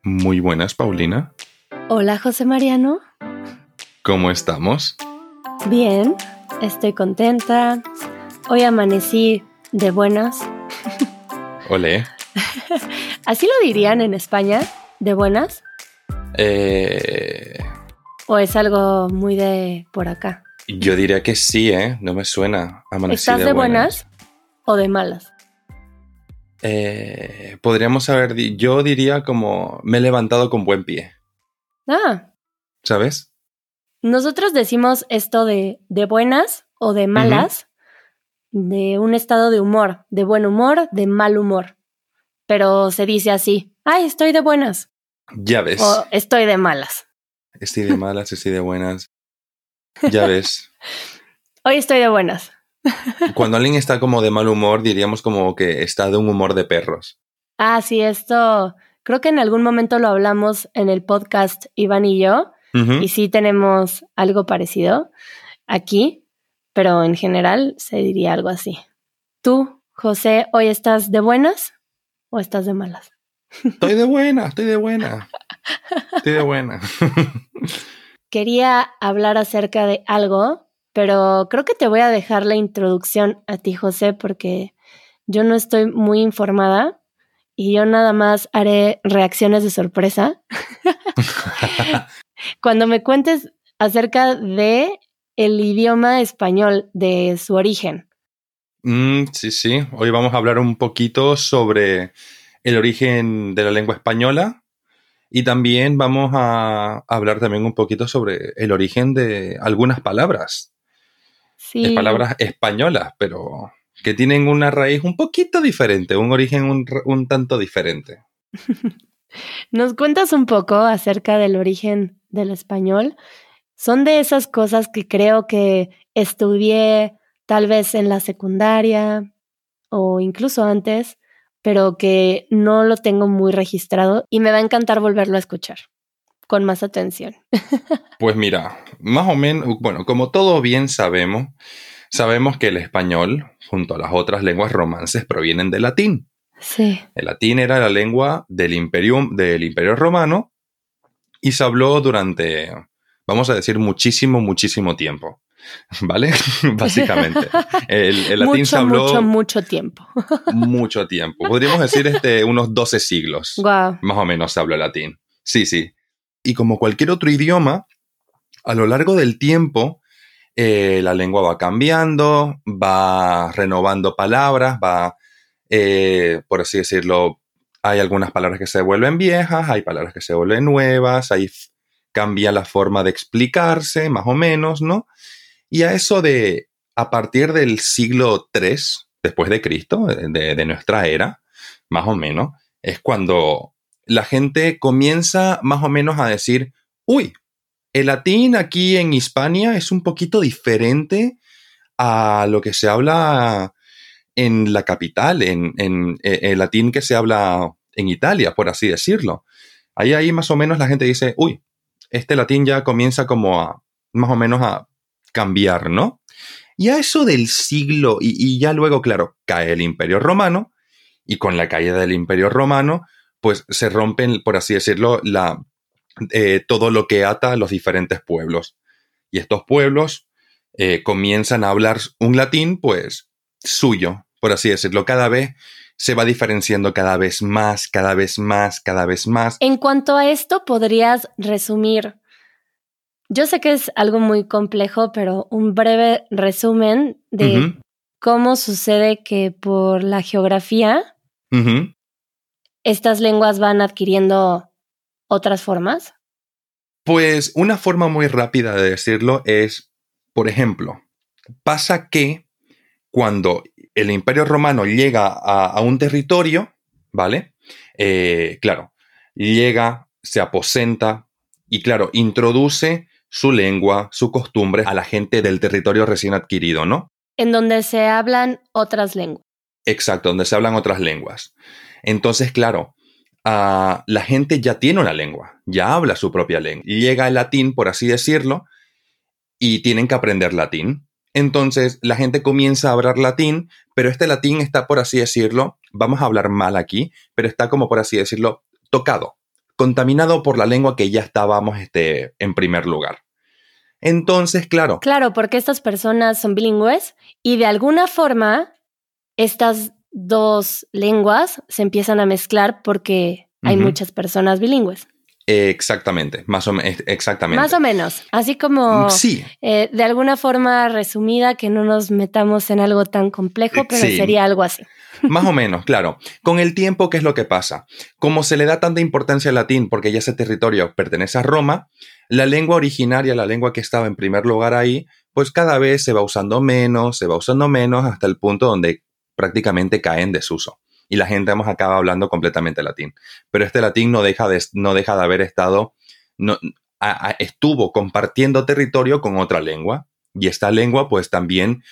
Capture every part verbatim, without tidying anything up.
Muy buenas, Paulina. Hola, José Mariano. ¿Cómo estamos? Bien, estoy contenta. Hoy amanecí de buenas. Olé. ¿Así lo dirían en España? ¿De buenas? Eh... ¿O es algo muy de por acá? Yo diría que sí, ¿eh? No me suena amanecí ¿Estás de, de buenas o de malas? Eh, podríamos saber, di- yo diría como me he levantado con buen pie, Ah, ¿sabes? nosotros decimos esto de, de buenas o de malas, de un estado de humor, de buen humor, de mal humor. Pero se dice así, ay, estoy de buenas Ya ves. o estoy de malas. Estoy de malas, estoy de buenas. Ya ves. Hoy estoy de buenas. Cuando alguien está como de mal humor, diríamos como que está de un humor de perros. Ah, sí, esto creo que en algún momento lo hablamos en el podcast Iván y yo, Ujú. y sí tenemos algo parecido aquí, pero en general se diría algo así. ¿Tú, José, hoy estás de buenas o estás de malas? Estoy de buena, estoy de buena. Estoy de buena. Quería hablar acerca de algo, pero creo que te voy a dejar la introducción a ti, José, porque yo no estoy muy informada y yo nada más haré reacciones de sorpresa cuando me cuentes acerca de el idioma español, de su origen. Mm, sí, sí. Hoy vamos a hablar un poquito sobre el origen de la lengua española y también vamos a hablar también un poquito sobre el origen de algunas palabras. Es Sí, palabras españolas, pero que tienen una raíz un poquito diferente, un origen un, r- un tanto diferente. ¿nos cuentas un poco acerca del origen del español? Son de esas cosas que creo que estudié tal vez en la secundaria o incluso antes, pero que no lo tengo muy registrado y me va a encantar volverlo a escuchar con más atención. Pues mira, más o menos, bueno, como todos bien sabemos, sabemos que el español, junto a las otras lenguas romances, provienen del latín. Sí. El latín era la lengua del imperio, del imperio romano y se habló durante, vamos a decir, muchísimo, muchísimo tiempo. ¿Vale? Básicamente. El, el latín se Mucho, mucho, habló mucho tiempo. mucho tiempo. Podríamos decir este, unos doce siglos. Wow. Más o menos se habló latín. Sí, sí. Y como cualquier otro idioma, a lo largo del tiempo, eh, la lengua va cambiando, va renovando palabras, va, eh, por así decirlo, hay algunas palabras que se vuelven viejas, hay palabras que se vuelven nuevas, ahí f- cambia la forma de explicarse, más o menos, ¿no? Y a eso de, a partir del siglo tres después de Cristo, de, de nuestra era, más o menos, es cuando la gente comienza más o menos a decir, uy, el latín aquí en Hispania es un poquito diferente a lo que se habla en la capital, en, en, eh, el latín que se habla en Italia, por así decirlo. Ahí, ahí más o menos la gente dice, uy, este latín ya comienza como a, más o menos a cambiar, ¿no? Y a eso del siglo, y, y ya luego, claro, cae el Imperio Romano, y con la caída del Imperio Romano, pues se rompen, por así decirlo, la, eh, todo lo que ata a los diferentes pueblos. Y estos pueblos eh, comienzan a hablar un latín, pues, suyo, por así decirlo. Cada vez se va diferenciando cada vez más, cada vez más, cada vez más. En cuanto a esto, podrías resumir. Yo sé que es algo muy complejo, pero un breve resumen de Ujú, cómo sucede que por la geografía ujú. estas lenguas van adquiriendo otras formas. Pues una forma muy rápida de decirlo es, por ejemplo, pasa que cuando el Imperio Romano llega a, a un territorio, ¿vale? Eh, claro, llega, se aposenta y, claro, introduce su lengua, su costumbre a la gente del territorio recién adquirido, ¿no? En donde se hablan otras lenguas. Exacto, donde se hablan otras lenguas. Entonces, claro, ah, la gente ya tiene una lengua, ya habla su propia lengua. Llega el latín, por así decirlo, y tienen que aprender latín. Entonces la gente comienza a hablar latín, pero este latín está, por así decirlo, vamos a hablar mal aquí, pero está como, por así decirlo, tocado. contaminado por la lengua que ya estábamos este, en primer lugar. Entonces, claro. Claro, porque estas personas son bilingües y de alguna forma estas dos lenguas se empiezan a mezclar porque hay uh-huh. muchas personas bilingües. Exactamente, más o menos, exactamente. Más o menos, así como sí. eh, de alguna forma resumida, que no nos metamos en algo tan complejo, pero sí. sería algo así. Más o menos, claro. Con el tiempo, ¿qué es lo que pasa? Como se le da tanta importancia al latín porque ya ese territorio pertenece a Roma, la lengua originaria, la lengua que estaba en primer lugar ahí, pues cada vez se va usando menos, se va usando menos hasta el punto donde prácticamente cae en desuso. Y la gente hemos acaba hablando completamente latín. Pero este latín no deja de, no deja de haber estado, no, a, a, estuvo compartiendo territorio con otra lengua. Y esta lengua pues también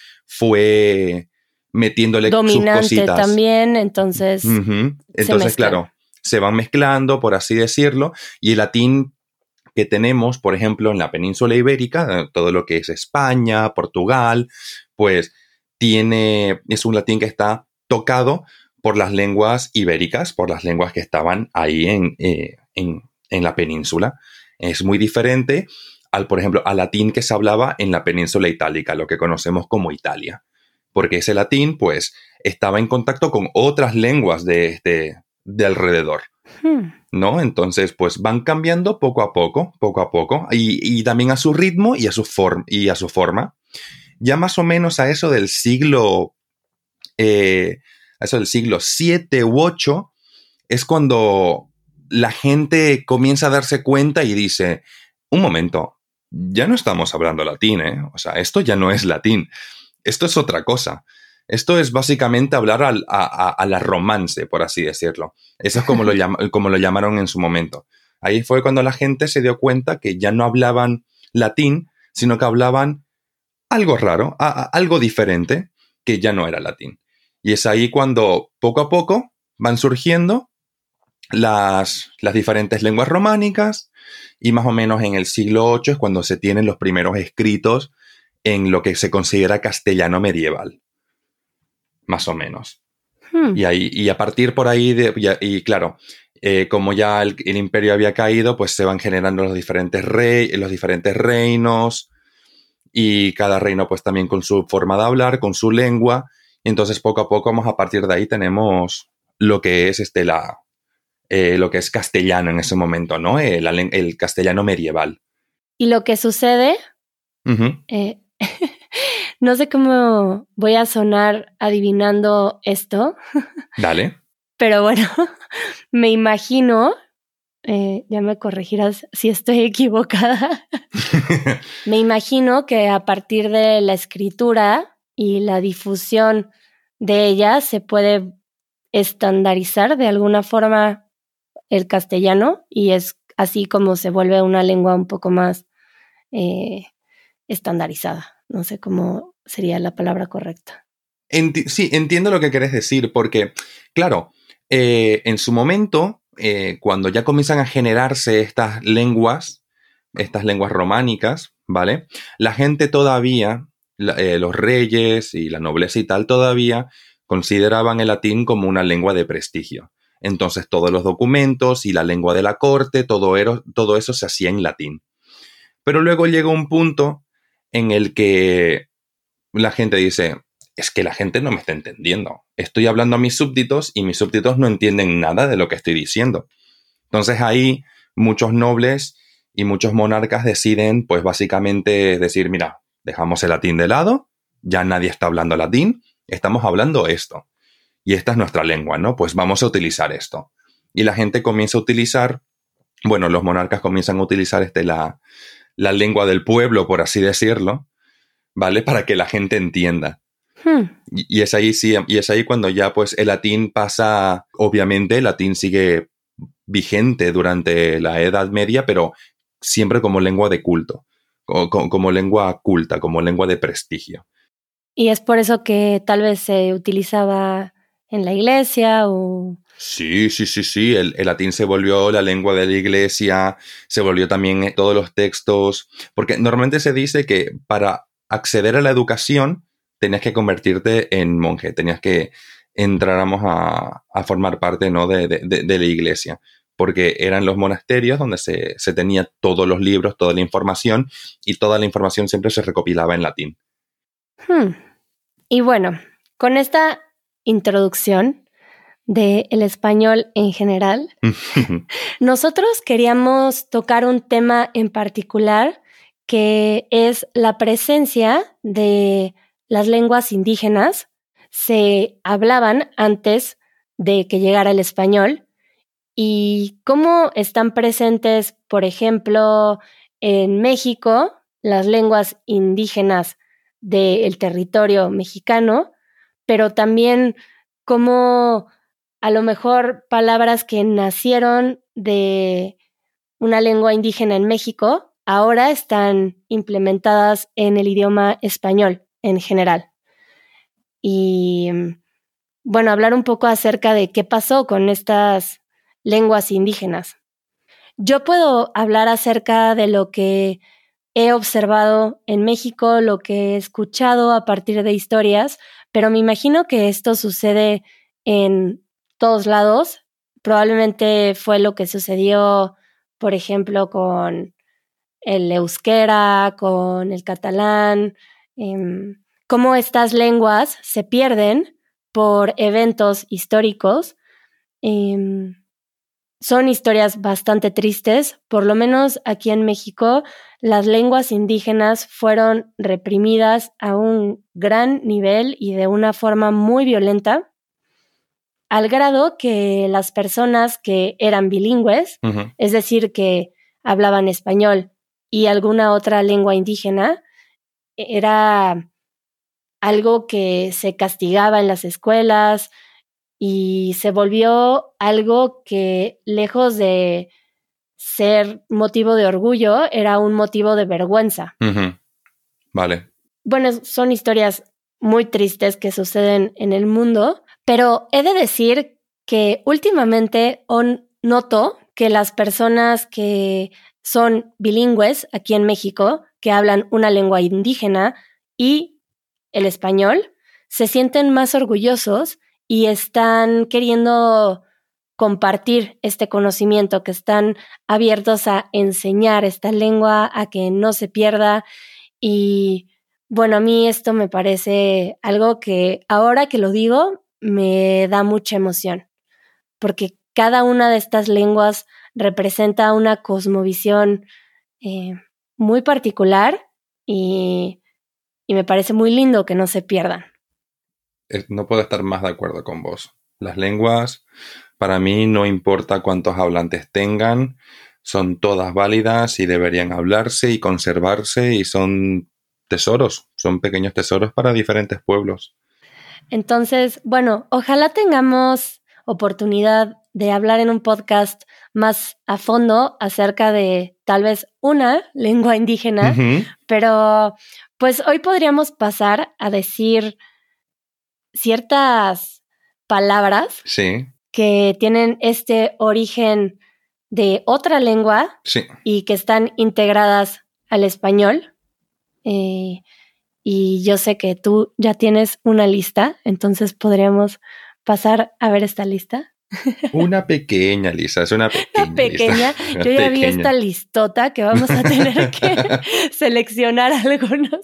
fue metiéndole dominante sus cositas. También, entonces uh-huh. Entonces, se claro, se van mezclando, por así decirlo. Y el latín que tenemos, por ejemplo, en la península ibérica, todo lo que es España, Portugal, pues tiene, es un latín que está tocado por las lenguas ibéricas, por las lenguas que estaban ahí en, eh, en, en la península. Es muy diferente al, por ejemplo, al latín que se hablaba en la península itálica, lo que conocemos como Italia. Porque ese latín, pues, estaba en contacto con otras lenguas de, de, de alrededor, hmm. ¿no? Entonces, pues, van cambiando poco a poco, poco a poco, y, y también a su ritmo y a su, form, y a su forma. Ya más o menos a eso del siglo... Eh, eso del siglo siete u ocho, es cuando la gente comienza a darse cuenta y dice, un momento, ya no estamos hablando latín, ¿eh? O sea, esto ya no es latín, esto es otra cosa. Esto es básicamente hablar al, a, a, a la romance, por así decirlo. Eso es como lo, llam, como lo llamaron en su momento. Ahí fue cuando la gente se dio cuenta que ya no hablaban latín, sino que hablaban algo raro, a, a, algo diferente, que ya no era latín. Y es ahí cuando poco a poco van surgiendo las, las diferentes lenguas románicas y más o menos en el siglo ocho es cuando se tienen los primeros escritos en lo que se considera castellano medieval. Más o menos. Hmm. Y, ahí, y a partir por ahí, de, y, y claro, eh, como ya el, el imperio había caído, pues se van generando los diferentes, rey, los diferentes reinos y cada reino pues también con su forma de hablar, con su lengua. Entonces, poco a poco, vamos a partir de ahí, tenemos lo que es este, la, eh, lo que es castellano en ese momento, ¿no? El, el castellano medieval. Y lo que sucede, uh-huh. eh, no sé cómo voy a sonar adivinando esto. Dale. Pero bueno, me imagino, eh, ya me corregirás si estoy equivocada, me imagino que a partir de la escritura y la difusión de ella se puede estandarizar de alguna forma el castellano y es así como se vuelve una lengua un poco más eh, estandarizada. No sé cómo sería la palabra correcta. Enti- sí, entiendo lo que querés decir porque, claro, eh, en su momento, eh, cuando ya comienzan a generarse estas lenguas, estas lenguas románicas, ¿vale? La gente todavía... La, eh, los reyes y la nobleza y tal todavía consideraban el latín como una lengua de prestigio. Entonces todos los documentos y la lengua de la corte, todo, era, todo eso se hacía en latín. Pero luego llega un punto en el que la gente dice, es que la gente no me está entendiendo. Estoy hablando a mis súbditos y mis súbditos no entienden nada de lo que estoy diciendo. Entonces ahí muchos nobles y muchos monarcas deciden, pues básicamente decir, mira, dejamos el latín de lado, ya nadie está hablando latín, estamos hablando esto. Y esta es nuestra lengua, ¿no? Pues vamos a utilizar esto. Y la gente comienza a utilizar, bueno, los monarcas comienzan a utilizar este, la, la lengua del pueblo, por así decirlo, ¿vale? Para que la gente entienda. Hmm. Y, y es ahí, sí, y es ahí cuando ya, pues, el latín pasa, obviamente, el latín sigue vigente durante la Edad Media, pero siempre como lengua de culto. Como, como lengua culta, como lengua de prestigio. ¿Y es por eso que tal vez se utilizaba en la iglesia o...? Sí, sí, sí, sí. El, el latín se volvió la lengua de la iglesia, se volvió también todos los textos, porque normalmente se dice que para acceder a la educación tenías que convertirte en monje, tenías que entrar a, a formar parte, ¿no? de, de, de la iglesia. porque eran los monasterios donde se, se tenía todos los libros, toda la información, y toda la información siempre se recopilaba en latín. Hmm. Y bueno, con esta introducción del español en general, nosotros queríamos tocar un tema en particular que es la presencia de las lenguas indígenas. Se hablaban antes de que llegara el español y cómo están presentes, por ejemplo, en México, las lenguas indígenas del territorio mexicano, pero también cómo a lo mejor palabras que nacieron de una lengua indígena en México ahora están implementadas en el idioma español en general. Y bueno, hablar un poco acerca de qué pasó con estas lenguas indígenas. Yo puedo hablar acerca de lo que he observado en México, lo que he escuchado a partir de historias, pero me imagino que esto sucede en todos lados. Probablemente fue lo que sucedió, por ejemplo, con el euskera, con el catalán, eh, cómo estas lenguas se pierden por eventos históricos. Eh, son historias bastante tristes. Por lo menos aquí en México, las lenguas indígenas fueron reprimidas a un gran nivel y de una forma muy violenta, al grado que las personas que eran bilingües, uh-huh. es decir, que hablaban español y alguna otra lengua indígena, era algo que se castigaba en las escuelas y se volvió algo que, lejos de ser motivo de orgullo, era un motivo de vergüenza. Uh-huh. Vale. Bueno, son historias muy tristes que suceden en el mundo, pero he de decir que últimamente on, noto que las personas que son bilingües aquí en México, que hablan una lengua indígena y el español, se sienten más orgullosos y están queriendo compartir este conocimiento, que están abiertos a enseñar esta lengua, a que no se pierda. Y bueno, a mí esto me parece algo que ahora que lo digo me da mucha emoción, porque cada una de estas lenguas representa una cosmovisión eh, muy particular y, y me parece muy lindo que no se pierdan. No puedo estar más de acuerdo con vos. Las lenguas, para mí, no importa cuántos hablantes tengan, son todas válidas y deberían hablarse y conservarse y son tesoros, son pequeños tesoros para diferentes pueblos. Entonces, bueno, ojalá tengamos oportunidad de hablar en un podcast más a fondo acerca de tal vez una lengua indígena, uh-huh. pero pues hoy podríamos pasar a decir ciertas palabras sí. que tienen este origen de otra lengua sí. y que están integradas al español. Eh, y yo sé que tú ya tienes una lista, entonces podríamos pasar a ver esta lista. Una pequeña lista, es una pequeña, una pequeña. lista. Yo ya pequeña. vi esta listota que vamos a tener que seleccionar algunos.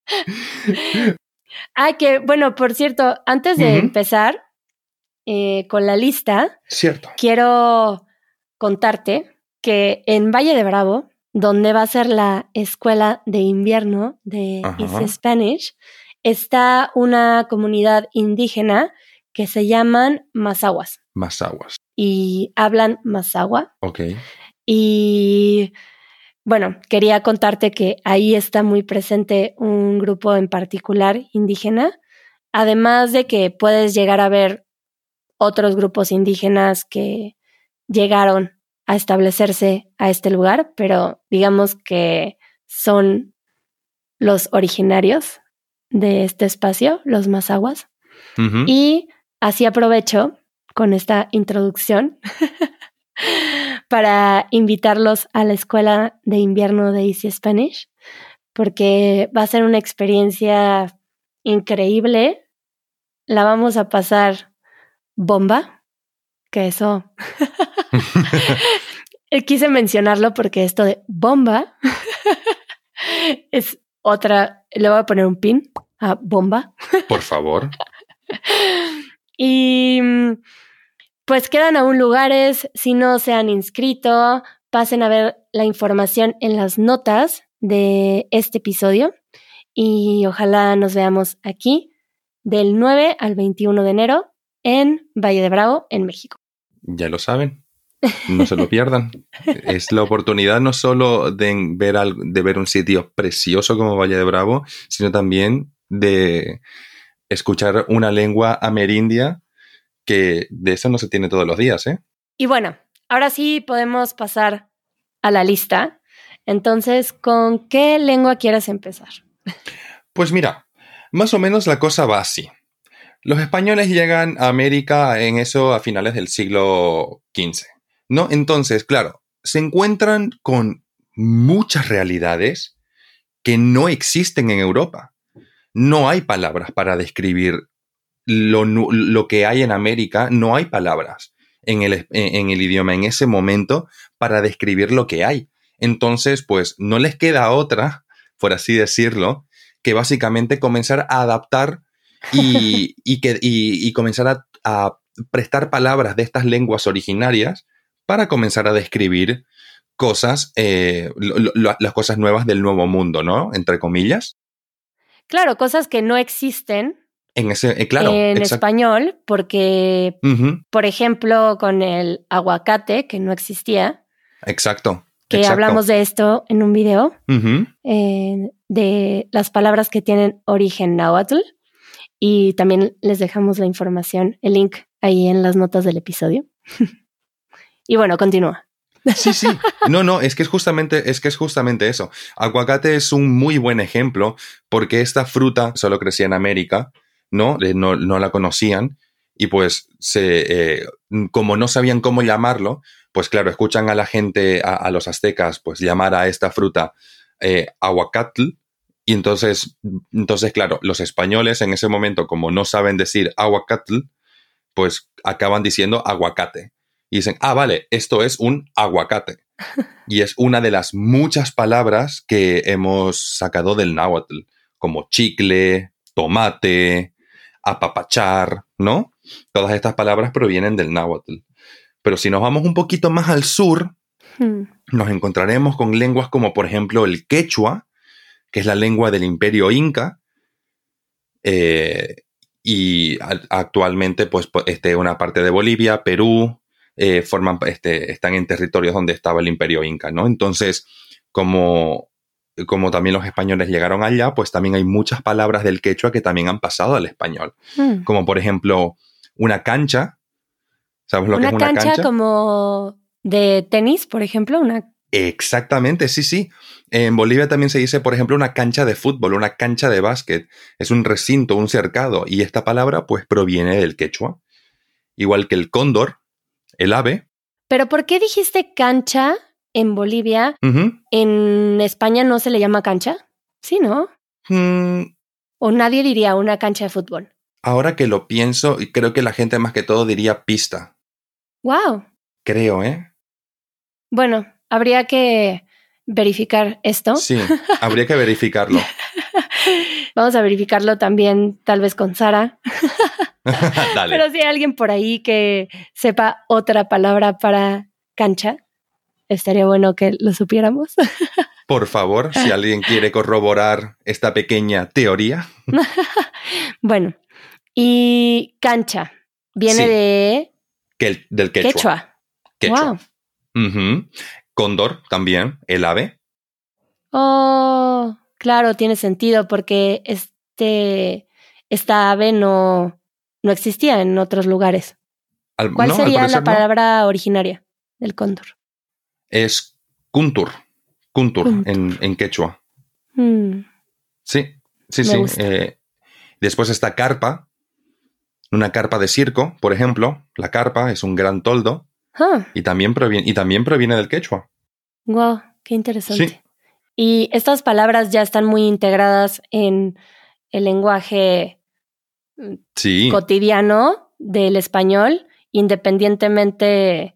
Ah, que bueno, por cierto, antes de uh-huh. empezar eh, con la lista, Cierto. quiero contarte que en Valle de Bravo, donde va a ser la escuela de invierno de uh-huh. Easy Spanish, está una comunidad indígena que se llaman Mazahuas. Mazahuas. Y hablan mazahua. Ok. Y bueno, quería contarte que ahí está muy presente un grupo en particular indígena, además de que puedes llegar a ver otros grupos indígenas que llegaron a establecerse a este lugar, pero digamos que son los originarios de este espacio, los mazahuas. Uh-huh. Y así aprovecho con esta introducción para invitarlos a la escuela de invierno de Easy Spanish, porque va a ser una experiencia increíble. La vamos a pasar bomba, que eso Quise mencionarlo porque esto de bomba es otra, le voy a poner un pin a bomba. Por favor. Y pues quedan aún lugares, si no se han inscrito, pasen a ver la información en las notas de este episodio y ojalá nos veamos aquí del nueve al veintiuno de enero en Valle de Bravo, en México. Ya lo saben, no se lo pierdan. Es la oportunidad no solo de ver, algo, de ver un sitio precioso como Valle de Bravo, sino también de escuchar una lengua amerindia que de eso no se tiene todos los días, ¿eh? Y bueno, ahora sí podemos pasar a la lista. Entonces, ¿con qué lengua quieres empezar? Pues mira, más o menos la cosa va así. Los españoles llegan a América en eso a finales del siglo quince, ¿no? Entonces, claro, se encuentran con muchas realidades que no existen en Europa. No hay palabras para describir lo, lo que hay en América, no hay palabras en el, en el idioma en ese momento para describir lo que hay. Entonces, pues no les queda otra, por así decirlo, que básicamente comenzar a adaptar y, y, que, y, y comenzar a, a prestar palabras de estas lenguas originarias para comenzar a describir cosas, eh, lo, lo, las cosas nuevas del nuevo mundo, ¿no? Entre comillas. Claro, cosas que no existen en, ese, eh, claro, en español, porque, uh-huh. por ejemplo, con el aguacate, que no existía. Exacto. Que exacto. hablamos de esto en un video, uh-huh. eh, de las palabras que tienen origen náhuatl. Y también les dejamos la información, el link ahí en las notas del episodio. Y bueno, continúa. Sí, sí. No, no, es que es justamente, es que es justamente eso. Aguacate es un muy buen ejemplo porque esta fruta solo crecía en América, ¿no? No, no la conocían y pues se, eh, como no sabían cómo llamarlo, pues claro, escuchan a la gente, a, a los aztecas, pues llamar a esta fruta eh, aguacatl. Y entonces, entonces, claro, los españoles en ese momento, como no saben decir aguacatl, pues acaban diciendo aguacate. Y dicen, ah, vale, esto es un aguacate. Y es una de las muchas palabras que hemos sacado del náhuatl, como chicle, tomate, apapachar, ¿no? Todas estas palabras provienen del náhuatl. Pero si nos vamos un poquito más al sur, hmm. nos encontraremos con lenguas como, por ejemplo, el quechua, que es la lengua del Imperio Inca, eh, y a, actualmente, pues, este, una parte de Bolivia, Perú, eh, forman, este, están en territorios donde estaba el Imperio Inca, ¿no? Entonces, como, como también los españoles llegaron allá, pues también hay muchas palabras del quechua que también han pasado al español. Hmm. Como, por ejemplo, una cancha. ¿Sabes lo una que es una cancha? cancha? Como de tenis, por ejemplo, una... Exactamente, sí, sí. En Bolivia también se dice, por ejemplo, una cancha de fútbol, una cancha de básquet. Es un recinto, un cercado. Y esta palabra, pues, proviene del quechua. Igual que el cóndor, el ave. ¿Pero por qué dijiste cancha en Bolivia? Uh-huh. ¿En España no se le llama cancha? Sí, ¿no? Mm. ¿O nadie diría una cancha de fútbol? Ahora que lo pienso, creo que la gente más que todo diría pista. ¡Wow! Creo, ¿eh? Bueno, habría que verificar esto. Sí, habría que verificarlo. Vamos a verificarlo también, tal vez con Sara. Dale. Pero si hay alguien por ahí que sepa otra palabra para cancha, estaría bueno que lo supiéramos. Por favor, si alguien quiere corroborar esta pequeña teoría. Bueno, y cancha viene sí. de... Que el, del quechua. Quechua. Quechua. Wow. Uh-huh. Cóndor también, el ave. Oh, claro, tiene sentido porque este, esta ave no, no existía en otros lugares. Al, ¿Cuál no, sería la palabra no. originaria del cóndor? Es kuntur. Kuntur, kuntur. En, en quechua. Mm. Sí, sí, Me sí. gusta. Eh, después está carpa. Una carpa de circo, por ejemplo. La carpa es un gran toldo. Huh. Y, también proviene, y también proviene del quechua. Wow, qué interesante. Sí. Y estas palabras ya están muy integradas en el lenguaje sí. cotidiano del español, independientemente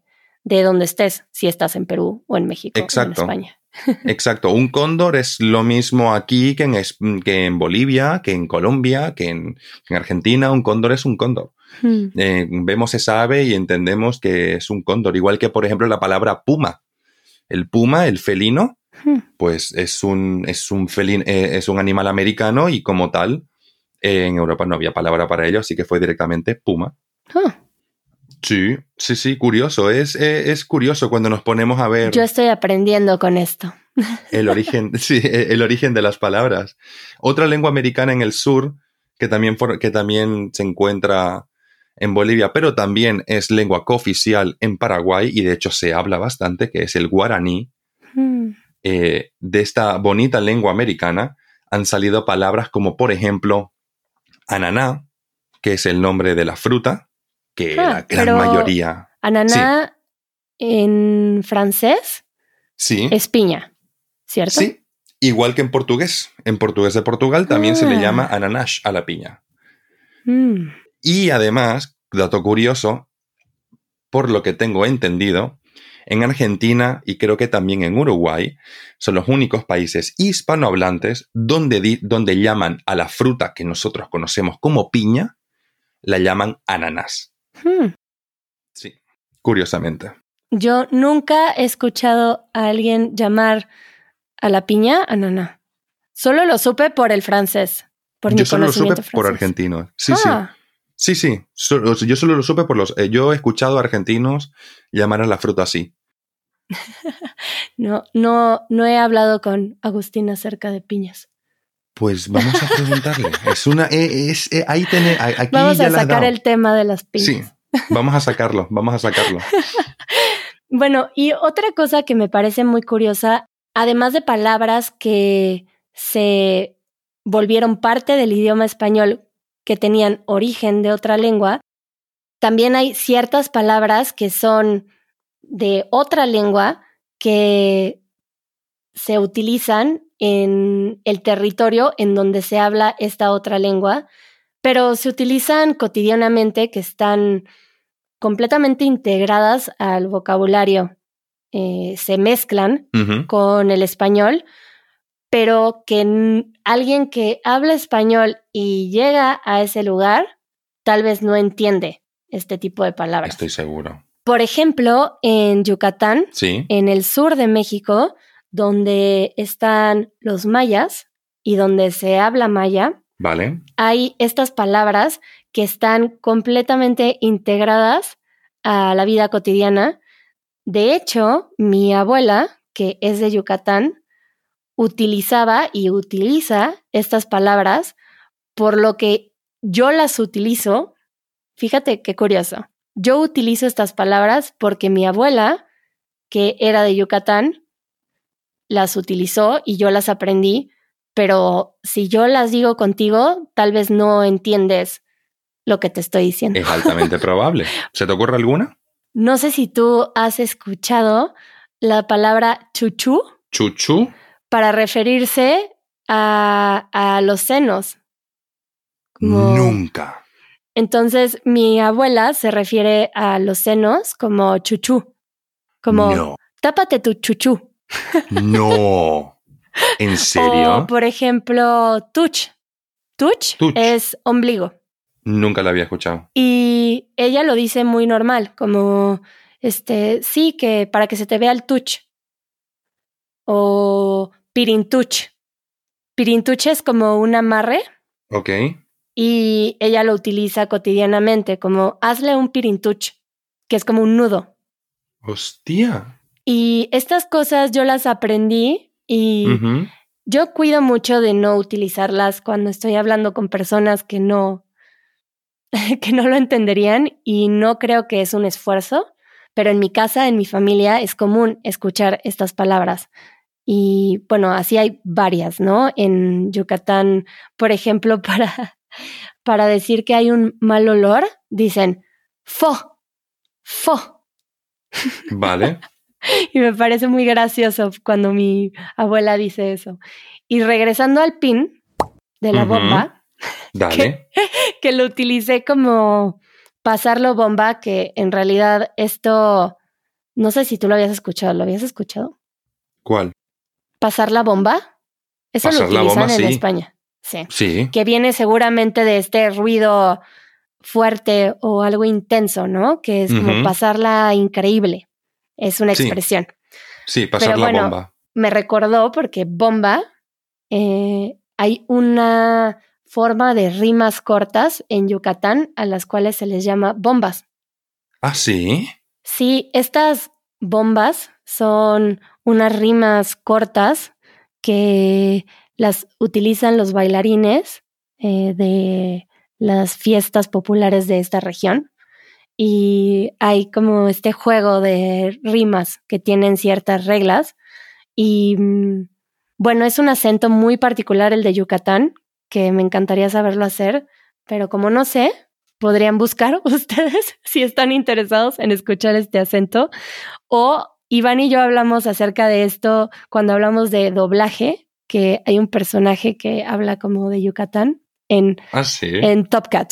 de donde estés, si estás en Perú o en México Exacto. o en España. Exacto. Un cóndor es lo mismo aquí que en, que en Bolivia, que en Colombia, que en, en Argentina. Un cóndor es un cóndor. Hmm. Eh, vemos esa ave y entendemos que es un cóndor. Igual que, por ejemplo, la palabra puma. El puma, el felino, hmm. pues es un, es, un felin, eh, es un animal americano y como tal, eh, en Europa no había palabra para ello, así que fue directamente puma. Huh. Sí, sí, sí, curioso. Es, es, es curioso cuando nos ponemos a ver... Yo estoy aprendiendo con esto. El origen, sí, el origen de las palabras. Otra lengua americana en el sur, que también, for, que también se encuentra en Bolivia, pero también es lengua cooficial en Paraguay, y de hecho se habla bastante, que es el guaraní. Hmm. Eh, de esta bonita lengua americana han salido palabras como, por ejemplo, ananá, que es el nombre de la fruta, que ah, la gran mayoría... Ananá sí. En francés sí. es piña, ¿cierto? Sí, igual que en portugués. En portugués de Portugal también ah. se le llama ananá a la piña. Mm. Y además, dato curioso, por lo que tengo entendido, en Argentina y creo que también en Uruguay son los únicos países hispanohablantes donde, di, donde llaman a la fruta que nosotros conocemos como piña, la llaman ananás. Hmm. Sí, curiosamente. Yo nunca he escuchado a alguien llamar a la piña ananá. Solo lo supe por el francés, por yo mi solo conocimiento lo supe francés. Por argentinos. Sí, ah. sí. Sí, sí. So, yo solo lo supe por los... Eh, yo he escuchado a argentinos llamar a la fruta así. no, no, no he hablado con Agustín acerca de piñas. Pues vamos a preguntarle. es una... Es, es, ahí tiene, aquí vamos ya a sacar el tema de las piñas. Sí, vamos a sacarlo, vamos a sacarlo. Bueno, y otra cosa que me parece muy curiosa, además de palabras que se volvieron parte del idioma español que tenían origen de otra lengua, también hay ciertas palabras que son de otra lengua que se utilizan en el territorio en donde se habla esta otra lengua, pero se utilizan cotidianamente, que están completamente integradas al vocabulario. Eh, se mezclan uh-huh. con el español, pero que n- alguien que habla español y llega a ese lugar tal vez no entiende este tipo de palabras. Estoy seguro. Por ejemplo, en Yucatán, sí. en el sur de México, donde están los mayas y donde se habla maya, vale. hay estas palabras que están completamente integradas a la vida cotidiana. De hecho, mi abuela, que es de Yucatán, utilizaba y utiliza estas palabras, por lo que yo las utilizo. Fíjate qué curioso. Yo utilizo estas palabras porque mi abuela, que era de Yucatán, las utilizó y yo las aprendí, pero si yo las digo contigo, tal vez no entiendes lo que te estoy diciendo. Es altamente probable. ¿Se te ocurre alguna? No sé si tú has escuchado la palabra chuchú. ¿Chuchú? Para referirse a, a los senos. Como... Nunca. Entonces, mi abuela se refiere a los senos como chuchú. Como, no. Tápate tu chuchú. No. ¿En serio? O, por ejemplo, tuch. Tuch. Tuch es ombligo. Nunca la había escuchado. Y ella lo dice muy normal, como, este, sí, que para que se te vea el tuch. O pirintuch. Pirintuch es como un amarre. Ok. Y ella lo utiliza cotidianamente, como hazle un pirintuch, que es como un nudo. ¡Hostia! Y estas cosas yo las aprendí y uh-huh. yo cuido mucho de no utilizarlas cuando estoy hablando con personas que no, que no lo entenderían, y no creo que es un esfuerzo, pero en mi casa, en mi familia, es común escuchar estas palabras. Y bueno, así hay varias, ¿no? En Yucatán, por ejemplo, para, para decir que hay un mal olor, dicen fo, fo. Vale. Y me parece muy gracioso cuando mi abuela dice eso. Y regresando al pin de la uh-huh. bomba, Dale. Que, que lo utilicé como pasarlo bomba, que en realidad esto No sé si tú lo habías escuchado. ¿Lo habías escuchado? ¿Cuál? Pasar la bomba. Eso Pasar lo la utilizan bomba, en sí. España. Sí. Sí. Que viene seguramente de este ruido fuerte o algo intenso, ¿no? Que es como Ujú. pasarla increíble. Es una Sí. expresión. Sí, pasar Pero la bueno, bomba. me recordó porque bomba, eh, hay una forma de rimas cortas en Yucatán a las cuales se les llama bombas. ¿Ah, sí? Sí, estas bombas son unas rimas cortas que las utilizan los bailarines eh, de las fiestas populares de esta región. Y hay como este juego de rimas que tienen ciertas reglas. Y mm, bueno, es un acento muy particular el de Yucatán, que me encantaría saberlo hacer, pero como no sé, podrían buscar ustedes si están interesados en escuchar este acento. O Iván y yo hablamos acerca de esto cuando hablamos de doblaje, que hay un personaje que habla como de Yucatán en, ¿Ah, sí? en Top Cat.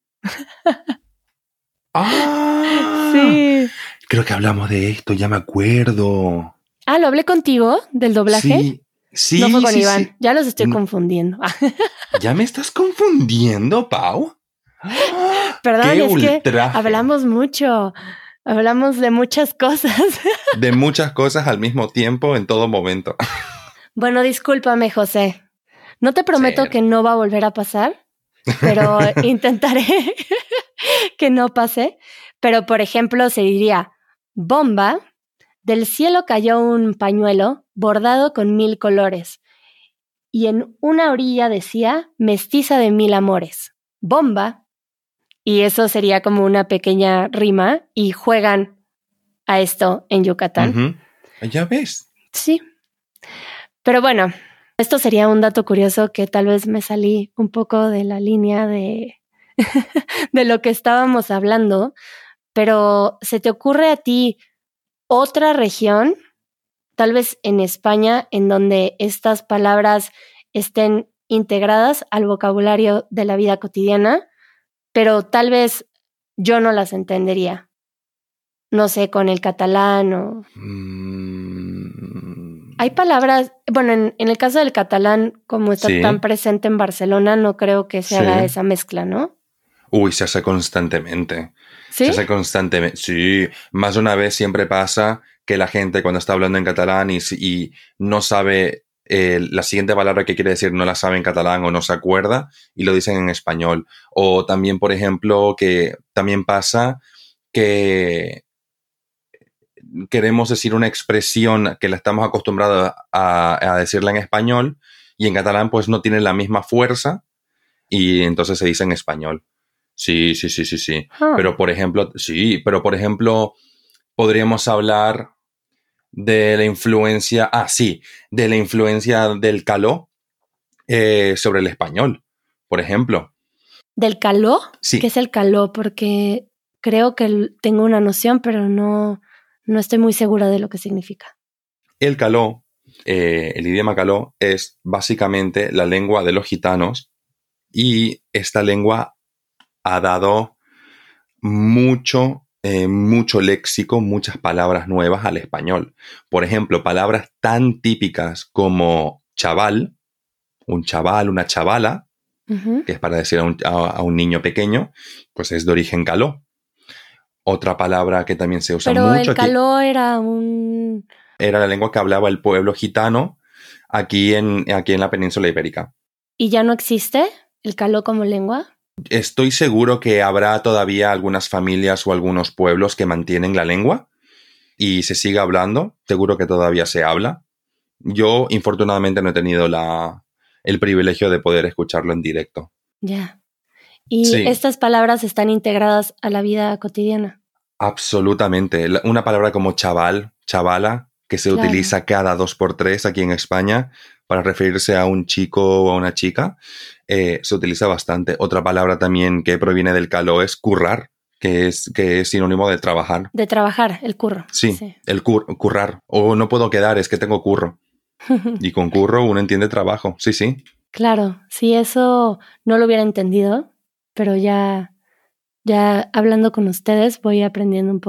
¡Ah! Sí. Creo que hablamos de esto, ya me acuerdo. Ah, ¿lo hablé contigo del doblaje? Sí, sí, No fue con sí, Iván, sí. ya los estoy N- confundiendo. ¿Ya me estás confundiendo, Pau? ¡Ah! Perdón, ¡Qué es que ultraje! hablamos mucho, hablamos de muchas cosas. De muchas cosas al mismo tiempo, en todo momento. Bueno, discúlpame, José. No te Sí. prometo que no va a volver a pasar, pero intentaré que no pase. Pero, por ejemplo, se diría, bomba, del cielo cayó un pañuelo bordado con mil colores. Y en una orilla decía, mestiza de mil amores. Bomba. Y eso sería como una pequeña rima y juegan a esto en Yucatán. Uh-huh. ¿Ya ves? Sí. Pero bueno, esto sería un dato curioso que tal vez me salí un poco de la línea de, de lo que estábamos hablando, pero ¿se te ocurre a ti otra región, tal vez en España, en donde estas palabras estén integradas al vocabulario de la vida cotidiana, pero tal vez yo no las entendería? No sé, con el catalán o... Mm. Hay palabras, bueno, en, en el caso del catalán, como está Sí, tan presente en Barcelona, no creo que se sí. haga esa mezcla, ¿no? Uy, se hace constantemente. Se ¿Sí? hace constantemente. Sí, más de una vez siempre pasa que la gente cuando está hablando en catalán y, si- y no sabe eh, la siguiente palabra que quiere decir, no la sabe en catalán o no se acuerda y lo dicen en español. O también, por ejemplo, que también pasa que queremos decir una expresión que la estamos acostumbrados a, a decirla en español y en catalán pues no tiene la misma fuerza y entonces se dice en español. Sí, sí, sí, sí, sí. Ah, Pero por ejemplo, sí, pero por ejemplo, podríamos hablar de la influencia, ah, sí, de la influencia del caló eh, sobre el español, por ejemplo. ¿del caló? ¿Qué Sí, es el caló? Porque creo que l- tengo una noción, pero no, no estoy muy segura de lo que significa. el caló, eh, el idioma caló, es básicamente la lengua de los gitanos y esta lengua ha dado mucho, eh, mucho léxico, muchas palabras nuevas al español. Por ejemplo, palabras tan típicas como chaval, un chaval, una chavala, Ujú. que es para decir a un, a, a un niño pequeño, pues es de origen caló. Otra palabra que también se usa Pero mucho el aquí caló era un... era la lengua que hablaba el pueblo gitano aquí en, aquí en la península ibérica. ¿Y ya no existe el caló como lengua? Estoy seguro que habrá todavía algunas familias o algunos pueblos que mantienen la lengua y se sigue hablando. Seguro que todavía se habla. Yo, infortunadamente, no he tenido la, el privilegio de poder escucharlo en directo. Ya. ¿Y Sí, estas palabras están integradas a la vida cotidiana? absolutamente. La- Una palabra como chaval, chavala, que se Claro. utiliza cada dos por tres aquí en España para referirse a un chico o a una chica, eh, se utiliza bastante. Otra palabra también que proviene del caló es currar, que es, que es sinónimo de trabajar. De trabajar, el curro. Sí, Sí. el cur- currar. O no puedo quedar, es que tengo curro. Y con curro uno entiende trabajo. Sí, sí. Claro, sí, eso no lo hubiera entendido, pero ya, ya hablando con ustedes voy aprendiendo un poco.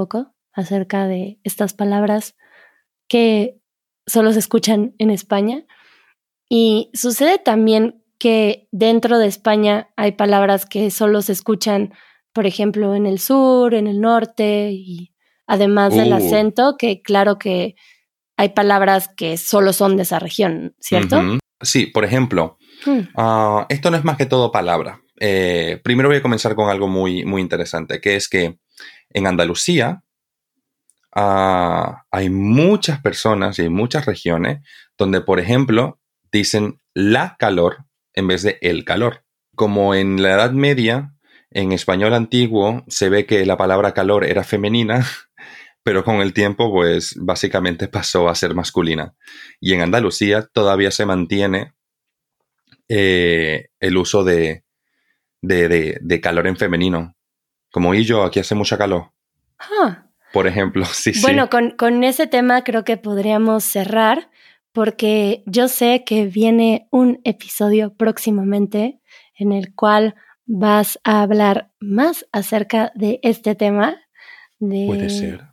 acerca de estas palabras que solo se escuchan en España. Y sucede también que dentro de España hay palabras que solo se escuchan, por ejemplo, en el sur, en el norte, y además uh. del acento, que claro que hay palabras que solo son de esa región, ¿cierto? Uh-huh. Sí, por ejemplo, hmm. uh, esto no es más que todo palabra. Eh, primero voy a comenzar con algo muy, muy interesante, que es que en Andalucía uh, hay muchas personas y hay muchas regiones donde, por ejemplo, dicen la calor en vez de el calor. Como en la Edad Media, en español antiguo, se ve que la palabra calor era femenina, pero con el tiempo, pues, básicamente pasó a ser masculina. Y en Andalucía todavía se mantiene eh, el uso de, de, de, de calor en femenino. Como y yo, aquí hace mucha calor. Huh. Por ejemplo, sí, bueno, sí. Bueno, con, con ese tema creo que podríamos cerrar, porque yo sé que viene un episodio próximamente en el cual vas a hablar más acerca de este tema. De... Puede ser.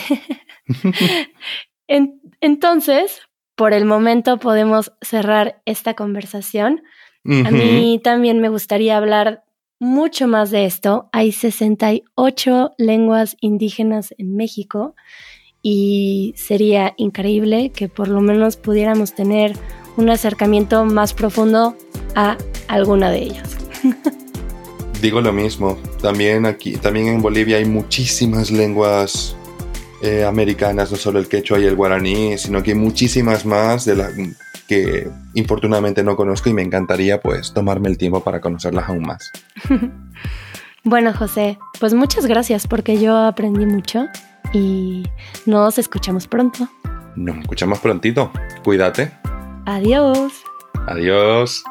en, entonces, por el momento podemos cerrar esta conversación. Uh-huh. A mí también me gustaría hablar mucho más de esto. Hay sesenta y ocho lenguas indígenas en México y sería increíble que por lo menos pudiéramos tener un acercamiento más profundo a alguna de ellas. Digo lo mismo. También aquí, también en Bolivia hay muchísimas lenguas eh, americanas, no solo el quechua y el guaraní, sino que hay muchísimas más de las que infortunadamente no conozco y me encantaría pues tomarme el tiempo para conocerlas aún más. Bueno, José, pues muchas gracias porque yo aprendí mucho y nos escuchamos pronto. Nos escuchamos prontito. Cuídate. Adiós. Adiós.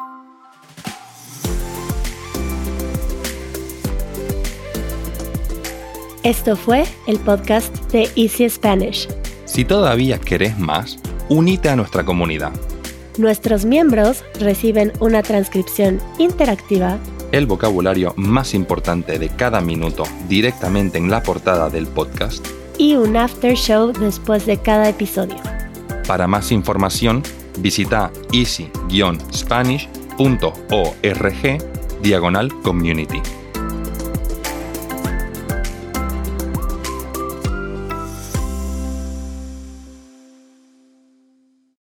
Esto fue el podcast de Easy Spanish. Si todavía querés más, únete a nuestra comunidad. Nuestros miembros reciben una transcripción interactiva, el vocabulario más importante de cada minuto directamente en la portada del podcast y un after show después de cada episodio. Para más información, visita easy spanish punto org diagonal community.